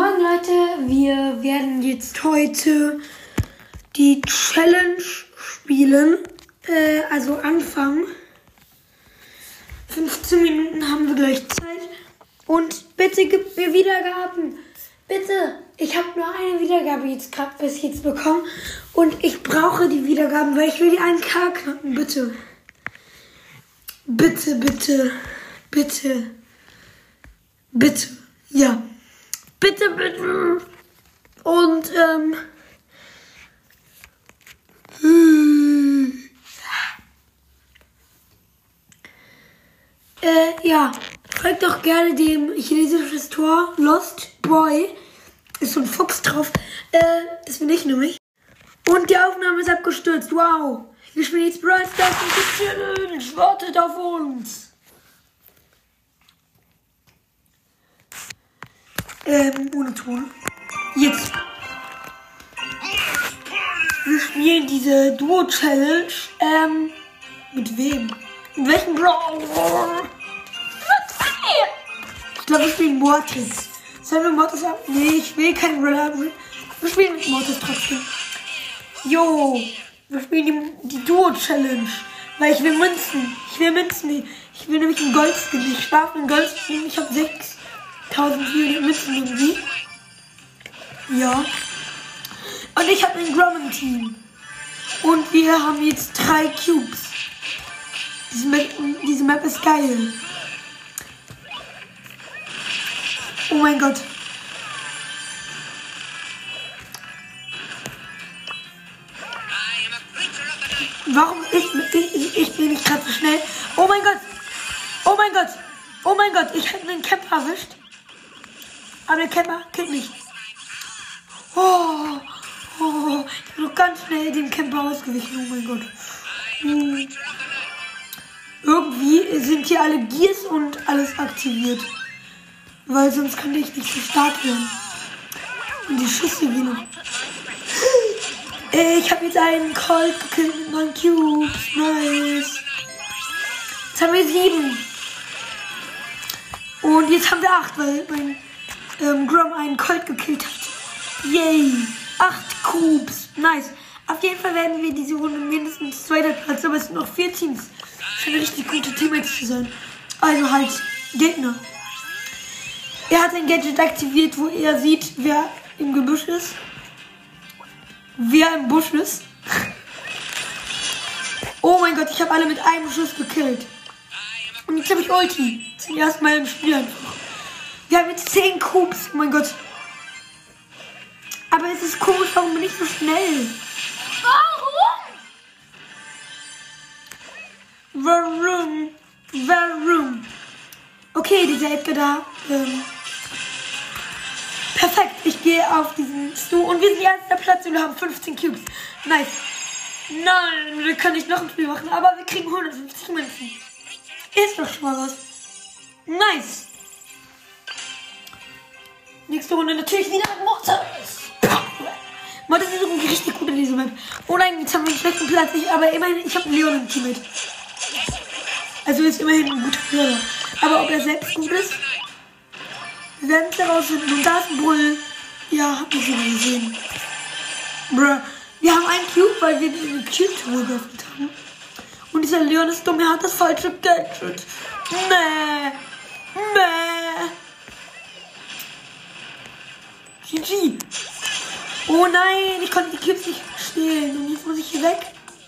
Morgen Leute, wir werden jetzt heute die Challenge spielen, also anfangen. 15 Minuten haben wir gleich Zeit und bitte gib mir Wiedergaben. Bitte, ich habe nur eine Wiedergabe jetzt gerade bis jetzt bekommen und ich brauche die Wiedergaben, weil ich will die 1K knacken, bitte. Bitte, bitte, bitte, bitte, ja. Bitte, bitte. Und, ja, folgt doch gerne dem chinesischen Tor Lost Boy. Ist so ein Fuchs drauf. Das bin ich nämlich. Und die Aufnahme ist abgestürzt. Wow. Wir spielen jetzt Brawl Stars und die Challenge. Wartet auf uns. Ohne Ton. Jetzt. Wir spielen diese Duo-Challenge. Mit wem? Mit welchem Brawler? Ich glaube, wir spielen Mortis. Sollen wir Mortis haben? Nee, ich will keinen Brawler. Wir spielen mit Mortis trotzdem. Jo. Wir spielen die Duo-Challenge. Weil ich will Münzen. Ich will nämlich einen Goldskin. Ich darf einen Goldskin. Ich habe 6.400 Münzen irgendwie. Ja. Und ich habe ein Grumman-Team. Und wir haben jetzt 3 Cubes. Diese Map ist geil. Oh mein Gott. Warum ich bin nicht gerade so schnell? Oh mein Gott. Oh mein Gott. Oh mein Gott. Ich habe einen Camper erwischt. Aber der Camper killt mich. Oh. Ich bin noch ganz schnell dem Camper ausgewichen. Oh mein Gott. Irgendwie sind hier alle Gears und alles aktiviert. Weil sonst könnte ich nicht so stark werden. Und die Schüsse gehen noch. Ich habe jetzt einen Colt gekillt mit 9 Cubes. Nice. Jetzt haben wir 7. Und jetzt haben wir 8, weil mein Grom einen Colt gekillt hat. Yay. 8 Cubes. Nice. Auf jeden Fall werden wir diese Runde mindestens 2. Platz. Aber es sind noch 4 Teams. Das scheinen richtig gute Teammates zu sein. Also halt Gegner. Er hat ein Gadget aktiviert, wo er sieht, wer im Gebüsch ist. Wer im Busch ist. Oh mein Gott, ich habe alle mit einem Schuss gekillt. Und jetzt habe ich Ulti. Zum ersten Mal im Spiel einfach. Wir haben jetzt 10 Cubes. Oh mein Gott. Aber es ist komisch, warum bin ich so schnell? Warum? Okay, dieser Edgar da. Perfekt, ich gehe auf diesen Stu und wir sind erster Platz und wir haben 15 Cubes. Nice. Nein, wir können nicht noch ein Spiel machen, aber wir kriegen 150 Münzen. Ist doch schon mal was. Nice. Nächste Runde natürlich wieder mit Mortis. Mortis ist irgendwie richtig gut in dieser Map. Oh nein, jetzt haben wir einen schlechten Platz. Aber immerhin, ich habe Leon im Team mit. Also ist immerhin ein guter Hörer. Aber ob er selbst gut ist, wir werden es herausfinden. Und da ist ein Bull. Ja, hab ich schon gesehen. Bruh. Wir haben einen Cube, weil wir den Cube-Tour geöffnet haben. Und dieser Leon ist dumm. Er hat das falsche Gadget. Nee. GG. Oh nein, ich konnte die Cubes nicht stehlen. Und jetzt muss ich hier weg.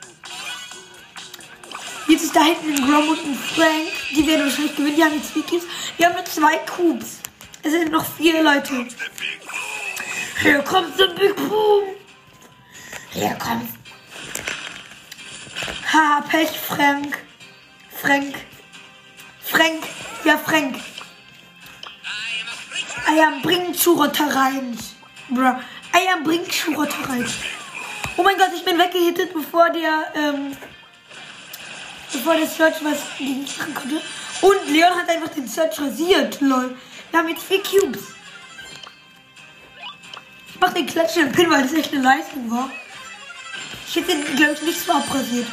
Jetzt ist da hinten ein Grom und ein Frank. Die werden wahrscheinlich gewinnen. Die haben jetzt 4 Cubes. Wir haben nur 2 Cubes. Es sind noch 4 Leute. Hier kommt der Big Boom. Hier kommt. Ha, Pech, Frank. Ja, Frank. Eier bringt Schuhrotter rein. Bruh. Eier bringt Schuhrotter rein. Oh mein Gott, ich bin weggehittet, bevor der Search was gegen mich machen konnte. Und Leon hat einfach den Search rasiert, lol. Wir haben jetzt 4 Cubes. Ich mach den klatschenden Pin, weil das echt eine Leistung war. Ich hätte den, glaube ich, nicht so abrasiert.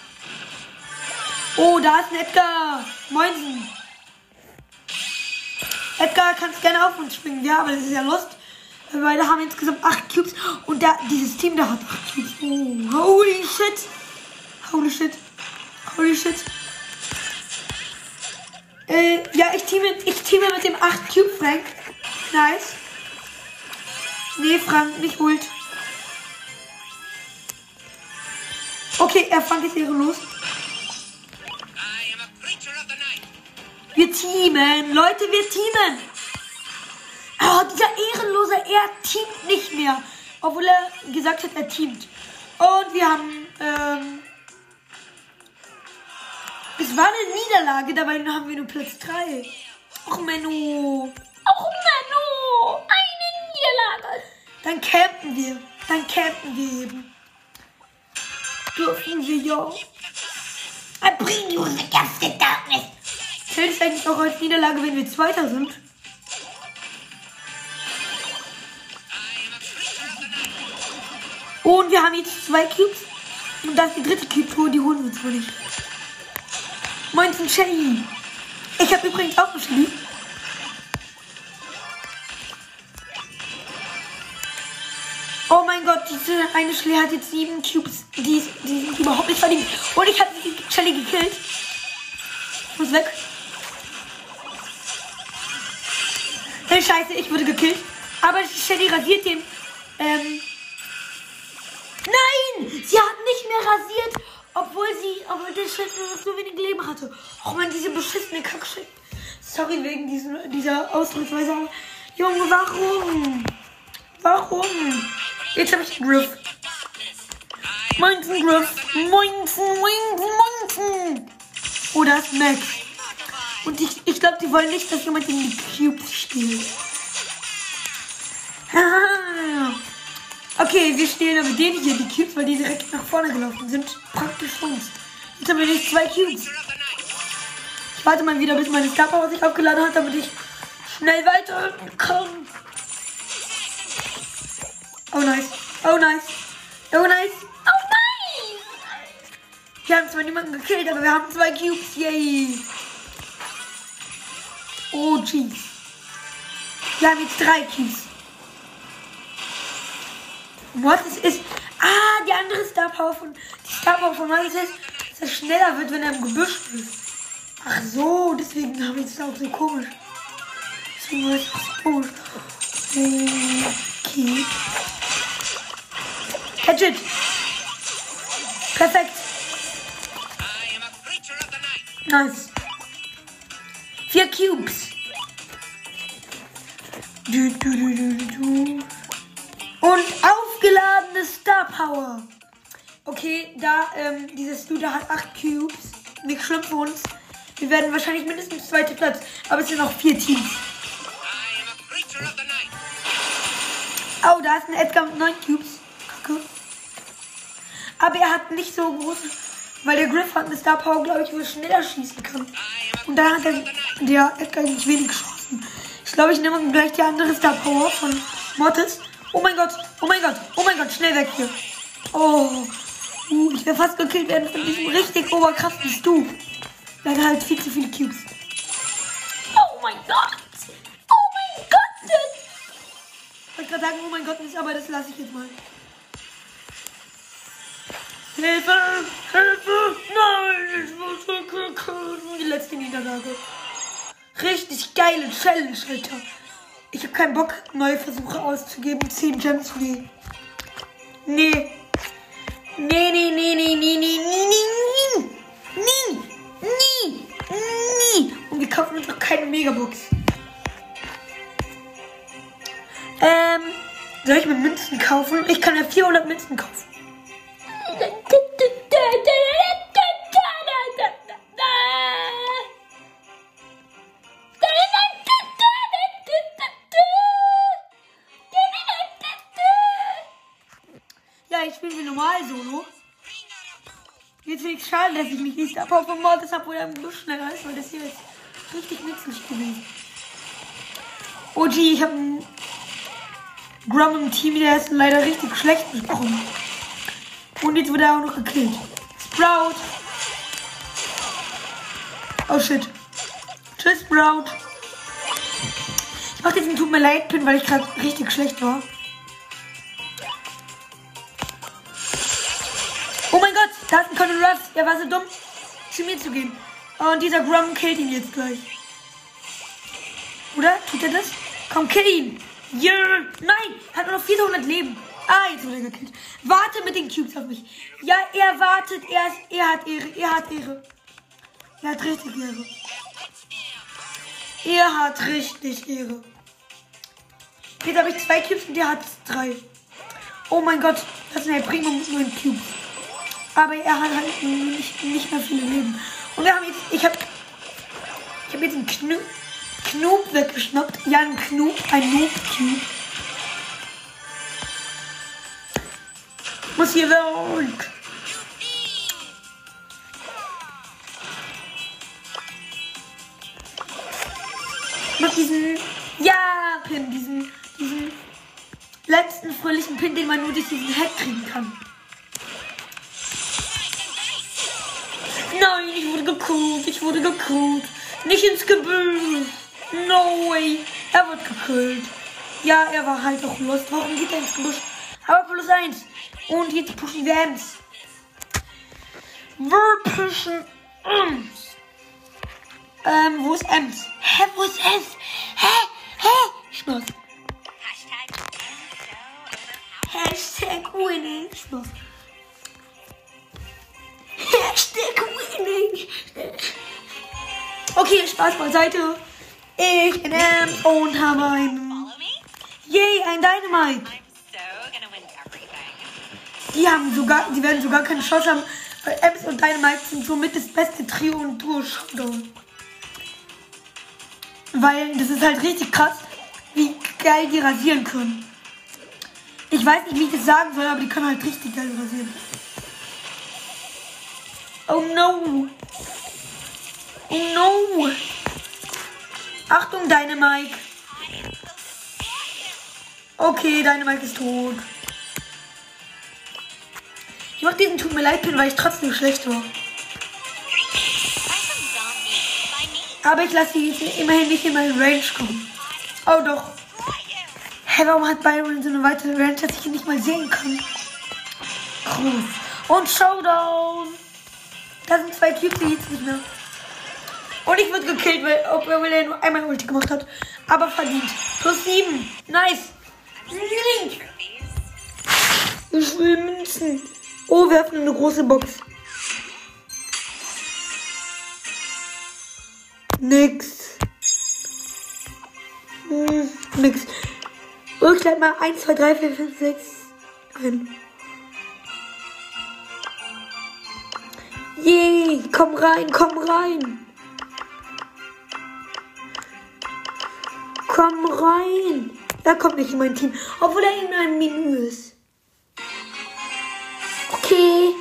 Oh, da ist ein Edgar. Moinsen. Edgar, kannst gerne auf uns springen. Ja, aber das ist ja Lost. Wir beide haben insgesamt 8 Cubes. Und dieses Team da hat 8 Cubes. Oh, holy shit. Holy shit. Holy shit. Ja, ich teame mit dem 8 Cube Frank. Nice. Nee, Frank, nicht Ult. Okay, Frank ist ehrenlos. Wir teamen. Leute, wir teamen. Oh, dieser Ehrenlose, er teamt nicht mehr. Obwohl er gesagt hat, er teamt. Und wir haben, es war eine Niederlage, dabei haben wir nur Platz 3. Och, Menno. Och, Menno. Eine Niederlage. Dann campen wir. Eben. Dürfen wir ja. I bring you the gift of darkness. Zählt es eigentlich auch als Niederlage, wenn wir Zweiter sind? Und wir haben jetzt 2 Cubes. Und das ist die dritte Cube-Tour, die holen wir uns wohl nicht. Meins ein Shelly. Ich habe übrigens auch einen Shelly. Oh mein Gott, diese eine Shelly hat jetzt 7 Cubes. Die sind überhaupt nicht verdient. Und ich habe die Shelly gekillt. Ich muss weg. Hey, scheiße, ich wurde gekillt. Aber die Shelly rasiert den. Nein! Sie hat nicht mehr rasiert, obwohl der Schild nur noch so wenig Leben hatte. Oh man, diese beschissene Kackschild. Sorry wegen dieser Ausdrucksweise. Aber Junge, warum? Warum? Jetzt habe ich einen Griff. Moinsen Griff. Moinsen. Oh, da ist Max. Und ich glaube, die wollen nicht, dass jemand in die Cubes spielt. Okay, wir stehlen aber denen hier die Cubes, weil die direkt nach vorne gelaufen sind. Praktisch uns. Jetzt haben wir nicht 2 Cubes. Ich warte mal wieder, bis meine Star Power sich aufgeladen hat, damit ich schnell weiter kann. Oh nice. Oh nice. Oh nice. Oh nice. Wir haben zwar niemanden gekillt, aber wir haben 2 Cubes. Yay. Oh jeez. Wir haben jetzt 3 Cubes. What ist? Ah, die andere Star Power von Maris ist, dass er schneller wird, wenn er im Gebüsch ist. Ach so, deswegen habe ich es auch so komisch. Deswegen war es so komisch. Okay. Catch it. Perfekt. Nice. 4 Cubes. Und aufgeladene Star Power. Okay, dieser Studer hat 8 Cubes. Nicht schlimm für uns. Wir werden wahrscheinlich mindestens 2. Platz. Aber es sind noch 4 Teams. Oh, da ist ein Edgar mit 9 Cubes. Kacke. Aber er hat nicht so große, weil der Griff hat eine Star Power, glaube ich, wo er schneller schießen kann. Und da hat der Edgar nicht wenig geschossen. Ich glaube, ich nehme gleich die andere Star Power von Mortis. Oh mein Gott, schnell weg hier. Oh, ich wäre fast gekillt werden von diesem richtig oberkrassen Stu. Leider halt viel zu viele Cubes. Oh mein Gott. Oh mein Gott. Ich wollte gerade sagen, oh mein Gott, aber das lasse ich jetzt mal. Hilfe, Hilfe, nein, ich muss verkünden. Die letzte Niederlage. Richtig geile Challenge, Alter. Ich habe keinen Bock, neue Versuche auszugeben, 10 Gems wie. Nee. Und wir kaufen uns noch keine Megabox. Soll ich mir Münzen kaufen? Ich kann ja 400 Münzen kaufen. Ja, ich spiele wie normal Solo. Jetzt finde ich schade, dass ich mich nicht abhaue vom Mortis habe, wo er ein bisschen schneller ist, weil das hier ist richtig nützlich gewesen. OG, ich habe einen Grum im Team, der ist leider richtig schlecht besprochen. Und jetzt wurde er auch noch gekillt. Sprout. Oh shit. Tschüss, Sprout. Ich mache diesen Tut mir leid Pin, weil ich gerade richtig schlecht war. Oh mein Gott, da ist ein Colin Ruffs. Er war so dumm, zu mir zu gehen. Und dieser Grom killt ihn jetzt gleich. Oder? Tut er das? Komm, kill ihn. Yeah. Nein, hat nur noch 400 Leben. Ah, jetzt wurde er gekillt. Warte mit den Cubes auf mich. Ja, er wartet. Er hat Ehre. Er hat Ehre. Er hat richtig Ehre. Er hat richtig Ehre. Jetzt habe ich 2 Cubes und der hat 3. Oh mein Gott, das ist ein Primo mit 9 Cubes. Aber er hat halt nicht mehr viele Leben. Und wir haben jetzt, ich habe jetzt einen Knoob weggeschnappt. Ja, ein Noob Cube. Ich muss hier weg. Ich mach diesen, ja, Pin, diesen letzten fröhlichen Pin, den man nur durch diesen Hack kriegen kann. Nein, ich wurde gekillt. Nicht ins Gebüsch. No way. Er wird gekillt. Ja, er war halt auch lost. Warum geht er ins Gebüsch? Aber +1. Und jetzt pushen wir Ems. Wir pushen Ems. Wo ist Ems? Hä, wo ist Ems? Hä? Spaß. Hashtag winning. Spaß. Hashtag winning. Okay, Spaß beiseite. Ich bin Ems und habe einen... Yay, ein Dynamite. Die werden sogar keine Chance haben, weil Ems und Dynamite sind somit das beste Trio und Duo Showdown. Weil das ist halt richtig krass, wie geil die rasieren können. Ich weiß nicht, wie ich das sagen soll, aber die können halt richtig geil rasieren. Oh no. Oh no. Achtung, Dynamite. Okay, Dynamite ist tot. Ich mach diesen Tut mir leid Pin, weil ich trotzdem schlecht war. Aber ich lasse die jetzt immerhin nicht in meine Range kommen. Oh doch. Hä, warum hat Byron so eine weitere Range, dass ich ihn nicht mal sehen kann? Groß. Und Showdown. Da sind 2 Cubes, die jetzt nicht mehr. Und ich wurde gekillt, weil er nur einmal Ulti gemacht hat. Aber verdient. +7. Nice. Ich will Münzen. Oh, wir öffnen eine große Box. Nix. Nix. Oh, ich lade mal 1, 2, 3, 4, 5, 6 ein. Yay, komm rein, komm rein. Komm rein. Er kommt nicht in mein Team, obwohl er in einem Menü ist. Okay.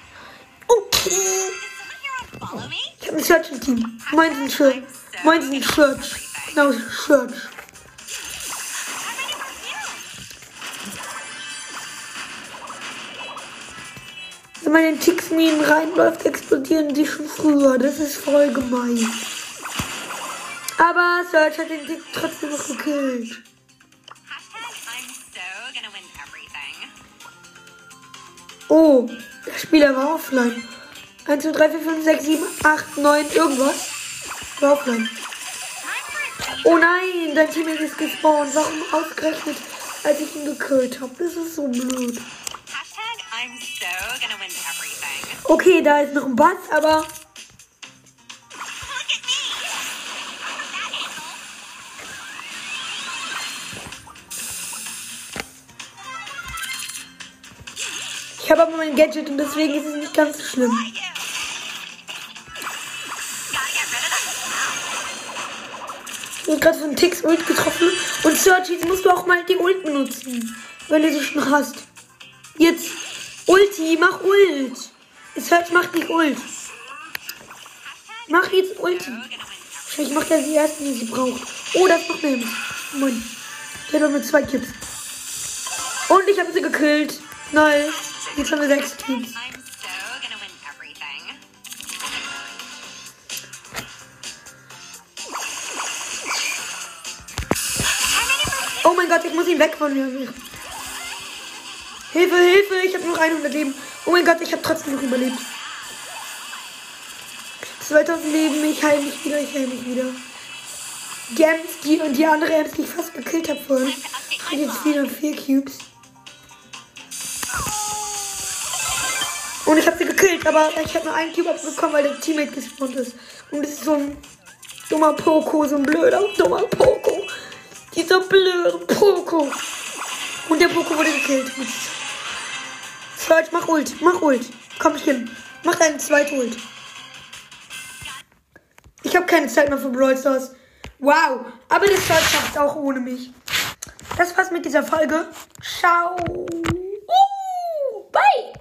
Ich habe ein Search im Team. Meins ein Search. Meins ein Search. Genau, Search. Wenn man in Tix-Minen reinläuft, explodieren die schon früher. Das ist voll gemein. Aber Search hat den Tick trotzdem noch gekillt. Oh, der Spieler war offline. 1, 2, 3, 4, 5, 6, 7, 8, 9, irgendwas. War offline. Oh nein, dein Team ist gespawnt. Warum ausgerechnet, als ich ihn gekillt habe? Das ist so blöd. Okay, da ist noch ein Bass, aber... Ich habe aber mein Gadget und deswegen ist es nicht ganz so schlimm. Ich wurde gerade von Tix Ult getroffen. Und Search, jetzt musst du auch mal die Ult benutzen. Wenn du sie schon hast. Jetzt Ulti, mach Ult. Search macht nicht Ult. Mach jetzt Ulti. Ich mach ja die erste, die sie braucht. Oh, das macht mir. Mann. Ich habe mit 2 Kills. Und ich habe sie gekillt. Nice. Jetzt haben wir 6 Kills. Gott, ich muss ihn weg von mir. Hilfe, Hilfe, ich habe nur 100 Leben. Oh mein Gott, ich habe trotzdem noch überlebt. 2000 Leben, ich heile mich wieder, Die Ems, die andere Ems, die ich fast gekillt habe vorhin, hat jetzt wieder 4 Cubes. Und ich habe sie gekillt, aber ich habe nur einen Cube abbekommen, weil der Teammate gespawnt ist. Und das ist so ein dummer Poco, so ein blöder, dummer Poco. Dieser blöde Poco. Und der Poco wurde gekillt. Search, mach Ult. Komm ich hin. Mach deinen zweiten Ult. Ich habe keine Zeit mehr für Brawl Stars. Wow. Aber der Search schafft es auch ohne mich. Das war's mit dieser Folge. Ciao.